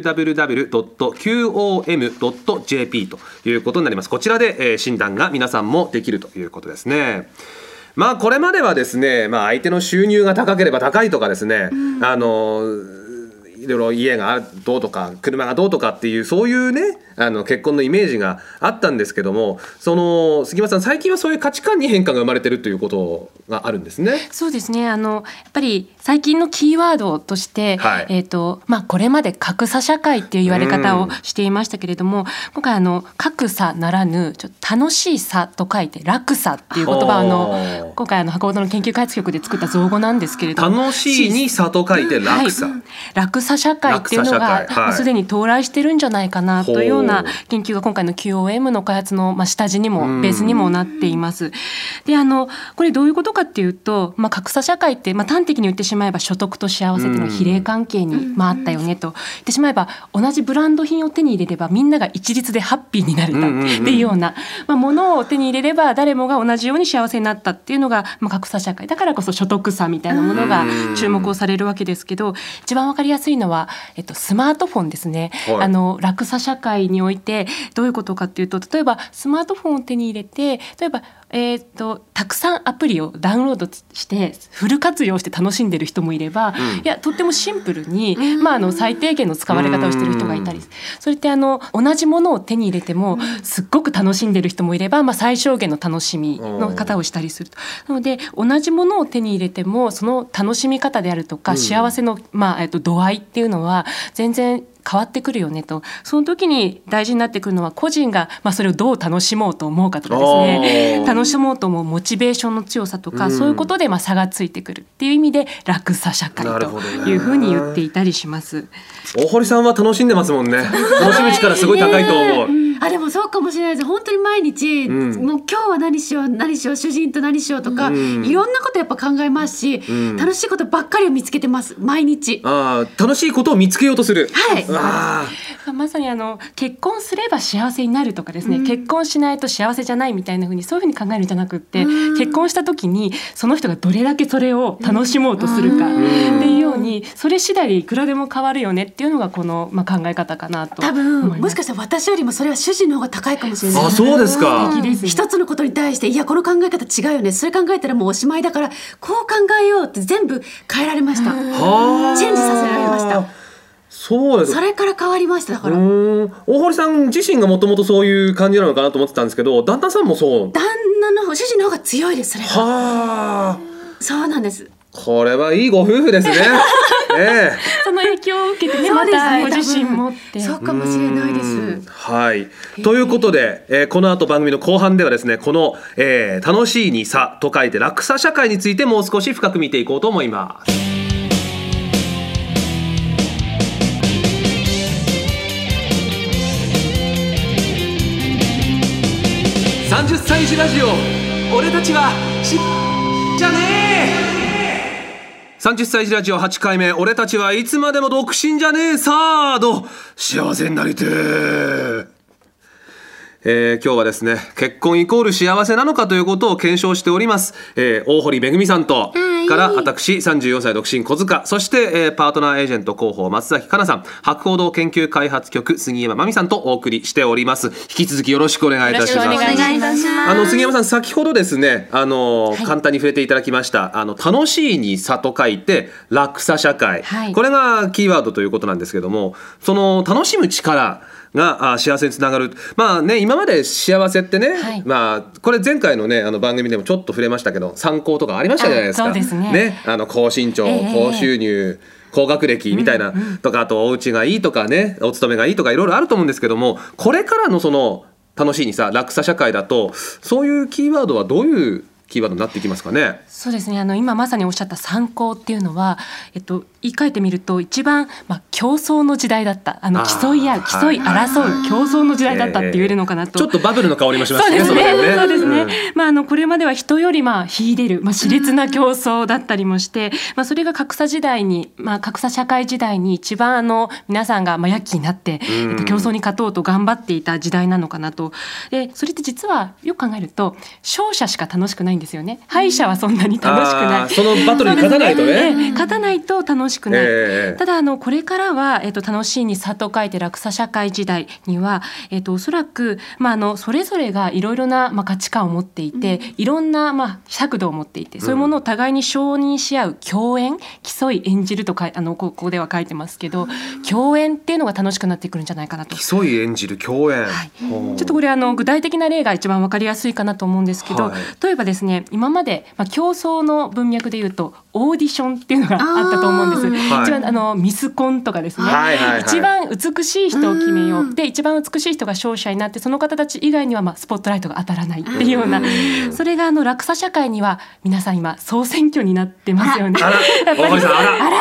www.qom.jp ということになります。こちらで、診断が皆さんもできるということですね。これまではですね、相手の収入が高ければ高いとかですね、いろいろ家がどうとか車がどうとかっていうそういうね結婚のイメージがあったんですけども、杉間さん、最近はそういう価値観に変化が生まれてるということがあるんですね。 そうですね、やっぱり最近のキーワードとして、これまで格差社会っていう言われ方をしていましたけれども、今回格差ならぬ楽しい差と書いて楽差っていう言葉を今回博報堂の研究開発局で作った造語なんですけれども、 楽しいに差と書いて楽差、 楽差社会っていうのがすでに到来してるんじゃないかなというような研究が今回の QOM の開発の下地にもベースにもなっています。でこれどういうことかっていうと、格差社会って端的に言ってしまえば所得と幸せというのが比例関係にあったよねと言ってしまえば、同じブランド品を手に入れればみんなが一律でハッピーになれたっていうような、ものを手に入れれば誰もが同じように幸せになったっていうのが、格差社会だからこそ所得差みたいなものが注目をされるわけですけど、一番わかりやすいのは、スマートフォンですね。楽差社会においてどういうことかっていうと、例えばスマートフォンを手に入れて、例えばたくさんアプリをダウンロードしてフル活用して楽しんでる人もいれば、いやとってもシンプルに、最低限の使われ方をしてる人がいたり、それって同じものを手に入れてもすっごく楽しんでる人もいれば、最小限の楽しみの方をしたりすると。なので同じものを手に入れてもその楽しみ方であるとか、幸せの、度合いっていうのは全然変わってくるよねと。その時に大事になってくるのは、個人がそれをどう楽しもうと思うかとかですね、楽しもうと思うモチベーションの強さとか、そういうことで差がついてくるっていう意味で楽さ社会というふうに言っていたりします。 大堀さんは楽しんでますもんね。楽しむ力すごい高いと思う。 でもそうかもしれないです。本当に毎日、もう今日は何しよう主人と何しようとか、いろんなことやっぱ考えますし、楽しいことばっかりを見つけてます、毎日。 楽しいことを見つけようとする。 まさに結婚すれば幸せになるとかですね、結婚しないと幸せじゃないみたいな風に、そういう風に考えるんじゃなくって、結婚した時にその人がどれだけそれを楽しもうとするかっていうように、それ次第でいくらでも変わるよねっていうのがこの、考え方かなと思います。多分もしかしたら私よりもそれは主人の方が高いかもしれない。 そうですか。 一つのことに対して、いやこの考え方違うよね、それ考えたらもうおしまいだからこう考えようって全部変えられました。チェンジさせられました。 そうです。 それから変わりました。だから大堀さん自身がもともとそういう感じなのかなと思ってたんですけど、旦那さんもそう。 旦那の主人の方が強いです。それがそうなんです。 これはいいご夫婦ですね。 その影響を受けてね、またご自身もってそうかもしれないです。 ということで、この後番組の後半ではですね、この、楽しいに差と書いて楽さ社会についてもう少し深く見ていこうと思います。30歳児ラジオ、俺たちはじゃねえ。30歳児ラジオ8回目、俺たちはいつまでも独身じゃねえさあの幸せになりて今日はですね、結婚イコール幸せなのかということを検証しております。大堀めぐみさんと、から私34歳独身小塚、そして、パートナーエージェント広報松崎香奈さん、博報堂研究開発局杉山真美さんとお送りしております。引き続きよろしくお願いいたします。杉山さん、先ほどですね、簡単に触れていただきました、楽しいに差と書いて楽さ社会、これがキーワードということなんですけども、その楽しむ力が幸せにつながる。今まで幸せってね、これ前回のね番組でもちょっと触れましたけど、参考とかありましたじゃないですか。 そうですね。 高身長、高収入、高学歴みたいなとか、あとお家がいいとかね、お勤めがいいとかいろいろあると思うんですけども、これからのその楽しいにさ楽さ社会だと、そういうキーワードはどういうキーワードになっていきますかね。 そうですね、今まさにおっしゃった参考っていうのは、 言い換えてみると一番、競争の時代だった、競い合う、競い争う、競争の時代だったって言えるのかなと、 ちょっとバブルの香りもしますね。 そうですね。これまでは人より秀でる、熾烈な競争だったりもして、それが格差時代に、格差社会時代に一番皆さんが躍起になって、競争に勝とうと頑張っていた時代なのかなと。でそれって実はよく考えると勝者しか楽しくないんですよね。敗者はそんなに楽しくない。 そのバトルに勝たないとね。 勝たないと楽しくない。ただこれからは、楽しいに差と書いて落差社会時代には、おそらく、それぞれがいろいろな、価値観を持っていて、いろんな、尺度を持っていて、そういうものを互いに承認し合う共演、競い演じるとここでは書いてますけど、共演っていうのが楽しくなってくるんじゃないかなと。 競い演じる共演、 ちょっとこれ具体的な例が一番分かりやすいかなと思うんですけど、例えばですね、今まで、競争の文脈でいうとオーディションっていうのがあったと思うんです。一番ミスコンとかですね、一番美しい人を決めようで、一番美しい人が勝者になって、その方たち以外にはスポットライトが当たらないっていうような、それが落差社会には皆さん今総選挙になってますよね。やっぱりそうです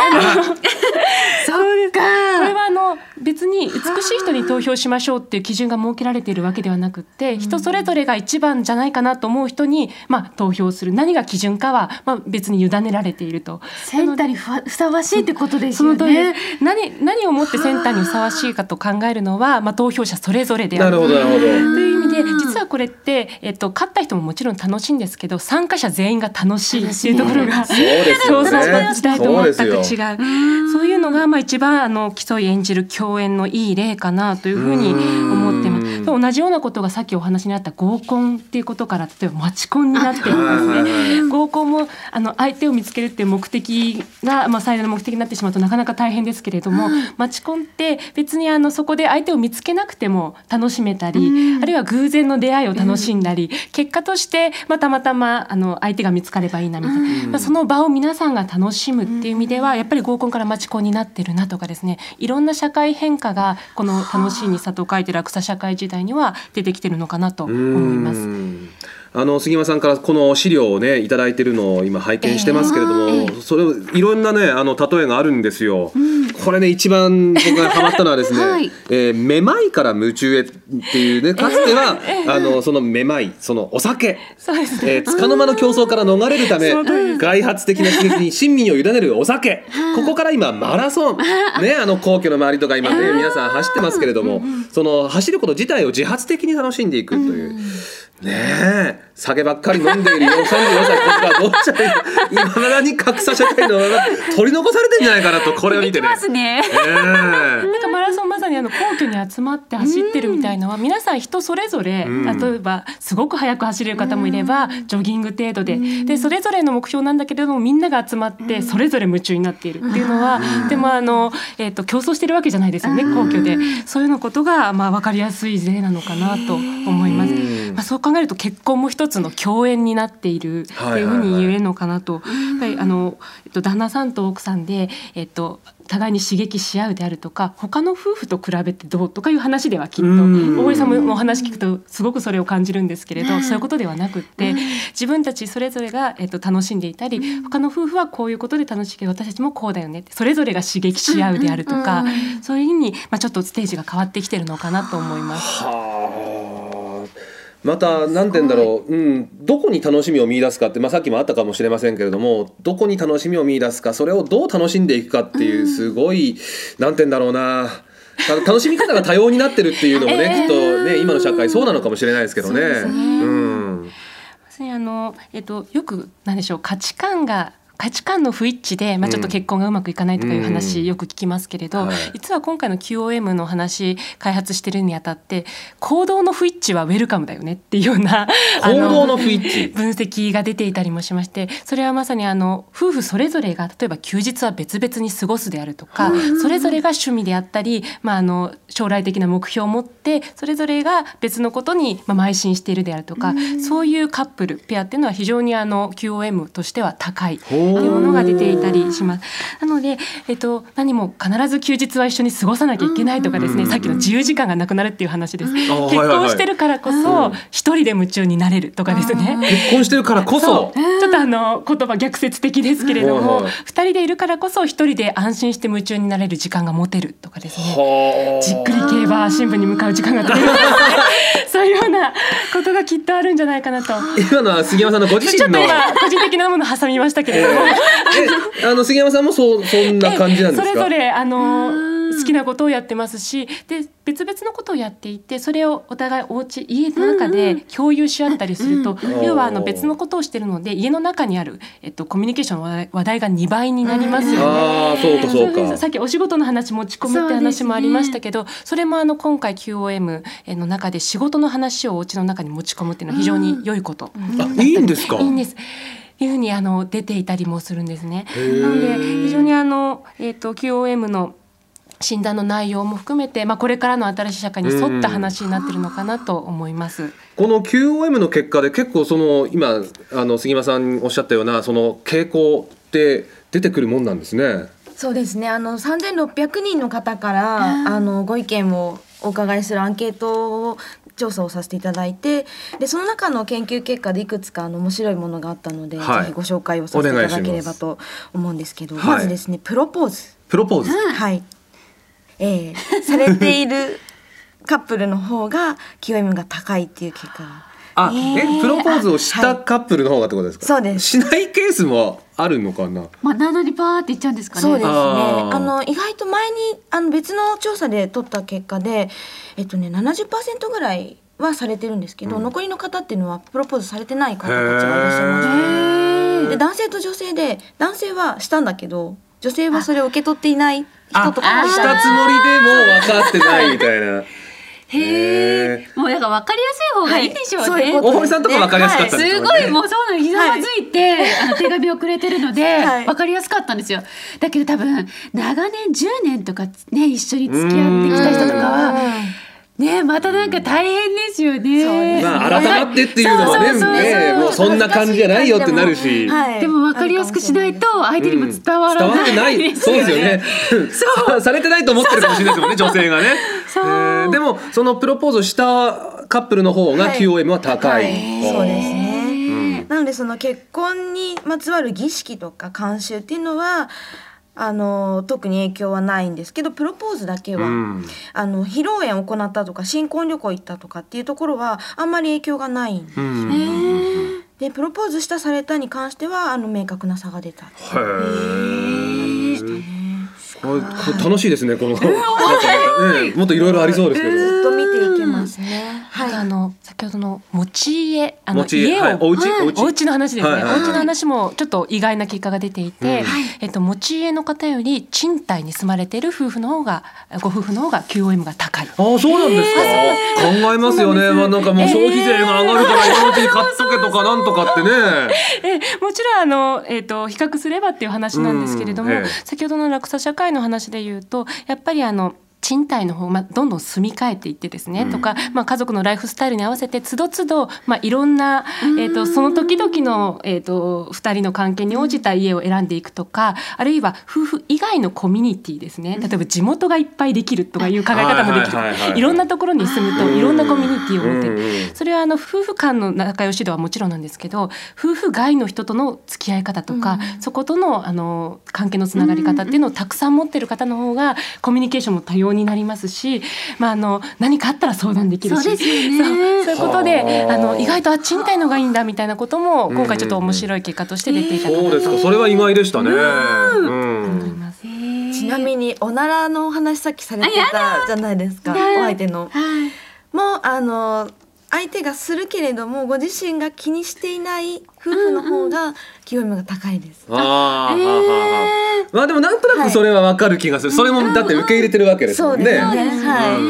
か。これは別に美しい人に投票しましょうっていう基準が設けられているわけではなくって、人それぞれが一番じゃないかなと思う人に、投票する、何が基準かは、別に委ねられていると。 センターにふさわしいってことですよね。 何をもってセンターにふさわしいかと考えるのは、投票者それぞれである。 なるほどなるほど。 という意味で実はこれって、勝った人ももちろん楽しいんですけど、参加者全員が楽しいっていうところが、競争の時代と全く違う。そういうのが一番競い演じる共演のいい例かなというふうに思ってます。同じようなことがさっきお話にあった合コンっていうことから、例えばマチコンになっていますね。合コンも相手を見つけるっていう目的が、最大の目的になってしまうとなかなか大変ですけれども、マチコンって別にそこで相手を見つけなくても楽しめたり、あるいは偶然の出会いを楽しんだり、結果としてたまたま相手が見つかればいいなみたいな、その場を皆さんが楽しむっていう意味では、やっぱり合コンからマチコンになってるなとかですね、いろんな社会変化がこの楽しいに差と書いて落差社会時代には出てきてるのかなと思います。 杉山さんからこの資料をねいただいてるのを今拝見してますけれども、それいろんなね例えがあるんですよ。これね一番僕がハマったのはですね、めまいから夢中へっていうね、かつてはそのめまい、そのお酒、束の間の競争から逃れるため外発的な刺激に親身を委ねるお酒、ここから今マラソンね、皇居の周りとか今ね皆さん走ってますけれども、その走ること自体を自発的に楽しんでいくという。ねえ、酒ばっかり飲んでいる34歳こそがどうしたらいまだに格差社会の取り残されてるんじゃないかなと、これを見てね。 できますね。 なんかマラソンまさに皇居に集まって走ってるみたいのは、皆さん人それぞれ、例えばすごく速く走れる方もいれば、ジョギング程度でそれぞれの目標なんだけれども、みんなが集まってそれぞれ夢中になっているっていうのは、でも競争してるわけじゃないですよね、皇居で。そういうのことが分かりやすい例なのかなと思います。そう考えると結婚も一つの共演になっているっていうふうに言えるのかなと。やっぱり旦那さんと奥さんで、互いに刺激し合うであるとか、他の夫婦と比べてどうとかいう話ではきっと大堀さんもお話聞くとすごくそれを感じるんですけれど、そういうことではなくって、自分たちそれぞれが、楽しんでいたり、他の夫婦はこういうことで楽しいけど私たちもこうだよねって、それぞれが刺激し合うであるとか、そういうふうに、ちょっとステージが変わってきてるのかなと思います。 また何て言うんだろう、どこに楽しみを見出すかって、さっきもあったかもしれませんけれども、どこに楽しみを見出すか、それをどう楽しんでいくかっていう、すごい何て言うんだろうな、楽しみ方が多様になってるっていうのもね、きっとね今の社会そうなのかもしれないですけどね。 よく何でしょう、価値観の不一致で、ちょっと結婚がうまくいかないとかいう話よく聞きますけれど、実は今回の QOM の話開発してるにあたって、行動の不一致はウェルカムだよねっていうような行動の不一致分析が出ていたりもしまして、それはまさに夫婦それぞれが例えば休日は別々に過ごすであるとか、それぞれが趣味であったり、将来的な目標を持ってそれぞれが別のことに邁進しているであるとか、そういうカップルペアっていうのは非常にQOM としては高い。 いうものが出ていたりします。なので、何も必ず休日は一緒に過ごさなきゃいけないとかですね、さっきの自由時間がなくなるっていう話です。結婚してるからこそ一人で夢中になれるとかですね。 結婚してるからこそ、 ちょっと言葉逆説的ですけれども、二人でいるからこそ一人で安心して夢中になれる時間が持てるとかですね、じっくり競馬新聞に向かう時間が取れるとかそういうようなことがきっとあるんじゃないかなと。 今のは杉山さんのご自身のちょっと今個人的なものを挟みましたけれども、 杉山さんもそんな感じなんですか？ それぞれ好きなことをやってますし、で別々のことをやっていて、それをお互い家の中で共有し合ったりすると、要は別のことをしてるので家の中にある、コミュニケーションの話題が2倍になりますよね。 そうか。 さっきお仕事の話持ち込むって話もありましたけど、それも今回 QOM の中で仕事の話をお家の中に持ち込むっていうのは非常に良いこと。 いいんですか？ いいんです。いうふうに出ていたりもするんですね。なので非常にQOM の診断の内容も含めて、これからの新しい社会に沿った話になっているのかなと思います。 この QOM の結果で結構今杉山さんおっしゃったようなその傾向って出てくるもんなんですね。 そうですね。3600人の方からご意見をお伺いするアンケートを調査をさせていただいて、でその中の研究結果でいくつか面白いものがあったので、ぜひご紹介をさせていただければと思うんですけど、まずですね、プロポーズ、はい、されているカップルの方が QOM が高いっていう結果が。 プロポーズをしたカップルの方がってことですか？ そうです。 しないケースもあるのかな。 なのにパーっていっちゃうんですかね。 そうですね。意外と前に別の調査で取った結果で、70% ぐらいはされてるんですけど、残りの方っていうのはプロポーズされてない方たちがいらっしゃいまして、で男性と女性で、男性はしたんだけど女性はそれを受け取っていない人とかもいた。 したつもりでも分かってないみたいな。 もう分かりやすい方がいいでしょうね。 大堀さんとか分かりやすかったですよね。 すごいもうそうなの、ひざまずいて、手紙をくれてるので分かりやすかったんですよ。だけど多分長年10年とかね一緒に付き合ってきた人とかはね、またなんか大変ですよね。 改まってっていうのはね、もうそんな感じじゃないよってなるし、 でも分かりやすくしないと相手にも伝わらないですよね。 そうですよね。されてないと思ってるかもしれないですもんね、女性がね。でもそのプロポーズをしたカップルの方が QOM は高い。 そうですね。なのでその結婚にまつわる儀式とか慣習っていうのは特に影響はないんですけど、プロポーズだけは、披露宴を行ったとか新婚旅行行ったとかっていうところはあんまり影響がないんですよね。でプロポーズされたに関しては明確な差が出た。 楽しいですね、このもっといろいろありそうですけど、 ずっと見ていけますね。 先ほどの持ち家、家を、お家の話ですね。お家の話もちょっと意外な結果が出ていて、持ち家の方より賃貸に住まれているご夫婦の方が QOM が高い。 そうなんですか。考えますよね。なんかもう消費税が上がるから今のうちに買っとけとかなんとかってね。 もちろん比較すればっていう話なんですけれども、先ほどの落差社会の話でいうと、やっぱり賃貸の方、どんどん住み替えていってですね、とか、家族のライフスタイルに合わせてつどつど、いろんな、その時々の、2人の関係に応じた家を選んでいくとか、あるいは夫婦以外のコミュニティですね、例えば地元がいっぱいできるとかいう考え方もできる。いろんなところに住むといろんなコミュニティを持てる。それは夫婦間の仲良し度はもちろんなんですけど、夫婦外の人との付き合い方とか、そことの関係のつながり方っていうのをたくさん持ってる方の方がコミュニケーションも多様になりますし、何かあったら相談できるし、そういうことで意外と賃貸のがいいんだみたいなことも今回ちょっと面白い結果として出ていたかなと。 そうですか。それは意外でしたね。 ちなみにおならのお話さっきされてたじゃないですか、お相手の。もう相手がするけれどもご自身が気にしていない夫婦の方がQOMが高いです。 でもなんとなくそれは分かる気がする。それもだって受け入れてるわけですもんね。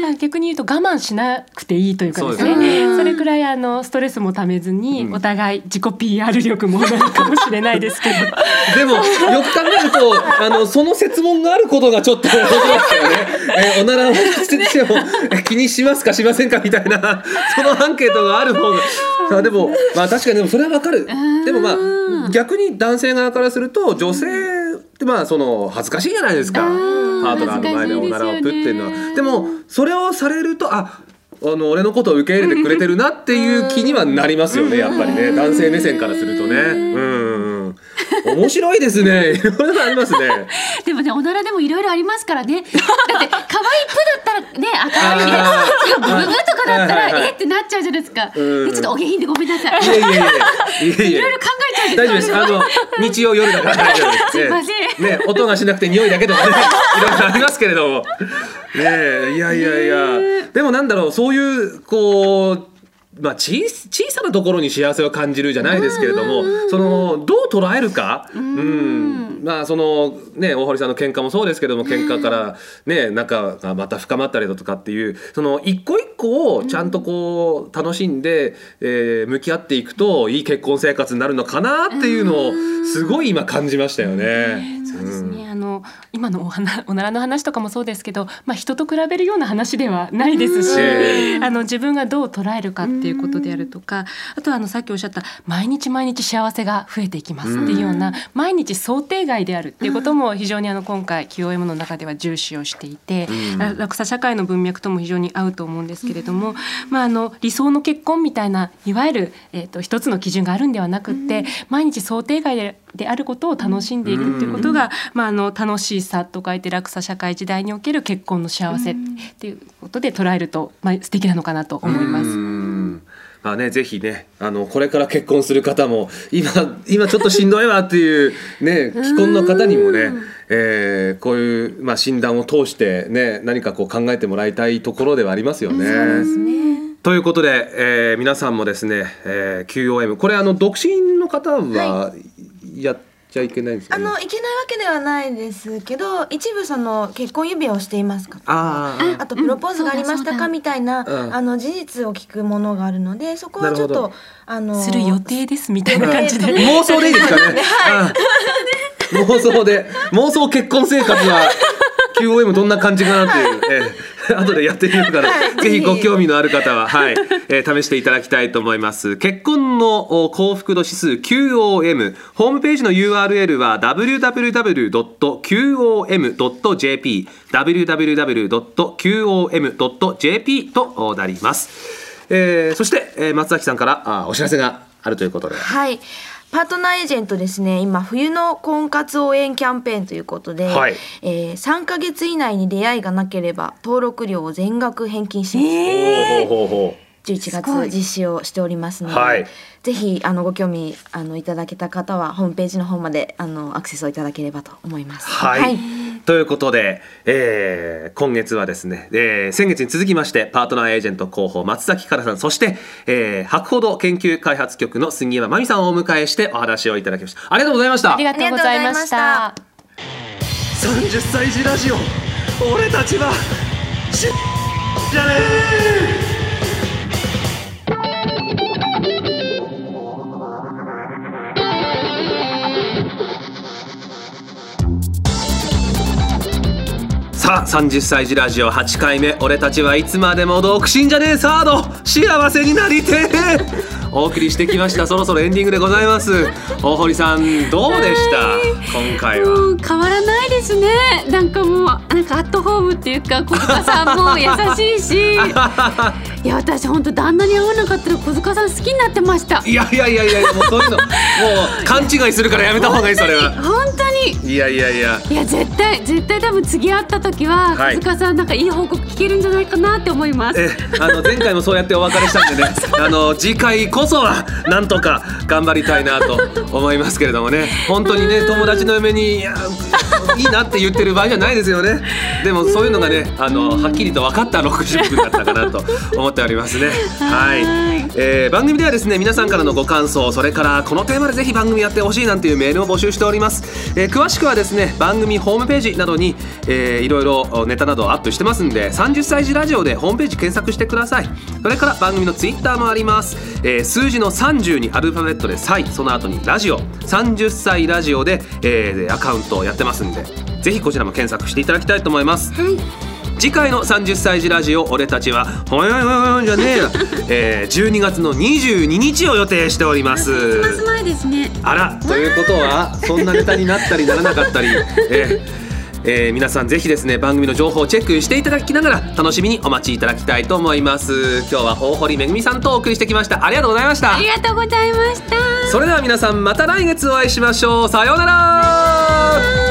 逆に言うと我慢しなくていいというかですね、それくらいストレスもためずに、お互い自己 PR 力もなるかもしれないですけどでもよく考えるとその設問があることがちょっと驚きますよね。おならをしても気にしますかしませんかみたいなそのアンケートがある方がでも確かにでもそれはわかる。でも逆に男性側からすると女性ってその恥ずかしいじゃないですか。パートナーの前でおならをプっていうのは。でもそれをされると俺のことを受け入れてくれてるなっていう気にはなりますよね、やっぱりね、男性目線からするとね。面白いですね。いろいろありますね。 でもね、おならでもいろいろありますからね。だって可愛いプだったらね、可愛いね。ブブブとかだったらってなっちゃうじゃないですか。ちょっとお下品でごめんなさい。いろいろ考えちゃうんです。 大丈夫です。日曜夜だから大丈夫です。 すいません。 ね、音がしなくて匂いだけでもね、いろいろありますけれども。ね、いや。でもなんだろう、そういうこう。小さなところに幸せを感じるじゃないですけれども、そのどう捉えるか、そのね、大堀さんの喧嘩もそうですけども、喧嘩からね、仲がまた深まったりだとかっていう、その一個一個をちゃんとこう楽しんで、向き合っていくといい結婚生活になるのかなっていうのをすごい今感じましたよね。 そうですね、今のおならの話とかもそうですけど、人と比べるような話ではないですし、自分がどう捉えるかっていうことであるとか、あとはさっきおっしゃった毎日幸せが増えていきますっていうような、毎日想定外であるっていうことも非常に今回 QOM の中では重視をしていて、落差社会の文脈とも非常に合うと思うんですけれども、理想の結婚みたいないわゆる、一つの基準があるんではなくって、毎日想定外であることを楽しんでいくっていうことが、楽しさと書いて落差社会時代における結婚の幸せっていうことで捉えると、素敵なのかなと思います。 ぜひね、これから結婚する方も今ちょっとしんどいわっていうね、既婚の方にもね、こういう、診断を通してね、何かこう考えてもらいたいところではありますよね。 そうですね。 ということで、皆さんもですね、QOM これ独身の方はやっちゃいけないんですかね。 いけないわけではないですけど、一部その結婚指輪をしていますかとか、あとプロポーズがありましたかみたいな、事実を聞くものがあるので、そこはちょっとする予定ですみたいな感じで、 妄想でいいですかね。妄想結婚生活はQOM どんな感じかなっていう、後でやってみるから、ぜひご興味のある方は、試していただきたいと思います。結婚の幸福度指数 QOM、 ホームページの URL は www.qom.jp www.qom.jp となります。そして、松崎さんからお知らせがあるということで、 パートナーエージェントですね、今冬の婚活応援キャンペーンということで、3ヶ月以内に出会いがなければ登録料を全額返金します。11月実施をしておりますので、ぜひご興味いただけた方はホームページの方までアクセスをいただければと思います。 ということで、今月はですね、先月に続きましてパートナーエージェント候補松崎香奈さん、そして、博報堂研究開発局の杉山真美さんをお迎えしてお話をいただきました。ありがとうございました。 ありがとうございました。 30歳児ラジオ、俺たちはじゃねー。さあ30歳児ラジオ8回目、俺たちはいつまでも独身じゃねえサード、幸せになりてえお送りしてきました。そろそろエンディングでございます。大堀さんどうでした、今回は。 もう変わらないですね。なんかもうアットホームっていうか、小塚さんも優しいしいや、私本当旦那に会わなかったら小塚さん好きになってました。 いやもうそういうのもう勘違いするからやめた方がいい。それは本当にいや絶対多分次会った時は小塚さんなんかいい報告聞けるんじゃないかなって思います。 前回もそうやってお別れしたんでね次回こそはなんとか頑張りたいなと思いますけれどもね。本当にね、友達の嫁にいいなって言ってる場合じゃないですよね。でもそういうのがねはっきりと分かった60分だったかなと思っておりますね。はい、番組ではですね皆さんからのご感想、それからこのテーマでぜひ番組やってほしいなんていうメールを募集しております。詳しくはですね番組ホームページなどに、いろいろネタなどをアップしてますんで、30歳児ラジオでホームページ検索してください。それから番組のツイッターもあります。数字の30にアルファベットで歳、その後にラジオ、30歳ラジオで、アカウントをやってますんで、ぜひこちらも検索していただきたいと思います。はい、次回の30歳児ラジオ俺たちはほやほやじゃねえな、12月の22日を予定しております。 クリスマス前ですね。 あら、ということはそんなネタになったりならなかったり、皆さんぜひですね番組の情報をチェックしていただきながら楽しみにお待ちいただきたいと思います。今日は大堀めぐみさんとお送りしてきました。ありがとうございました。 ありがとうございました。 それでは皆さんまた来月お会いしましょう。さようなら。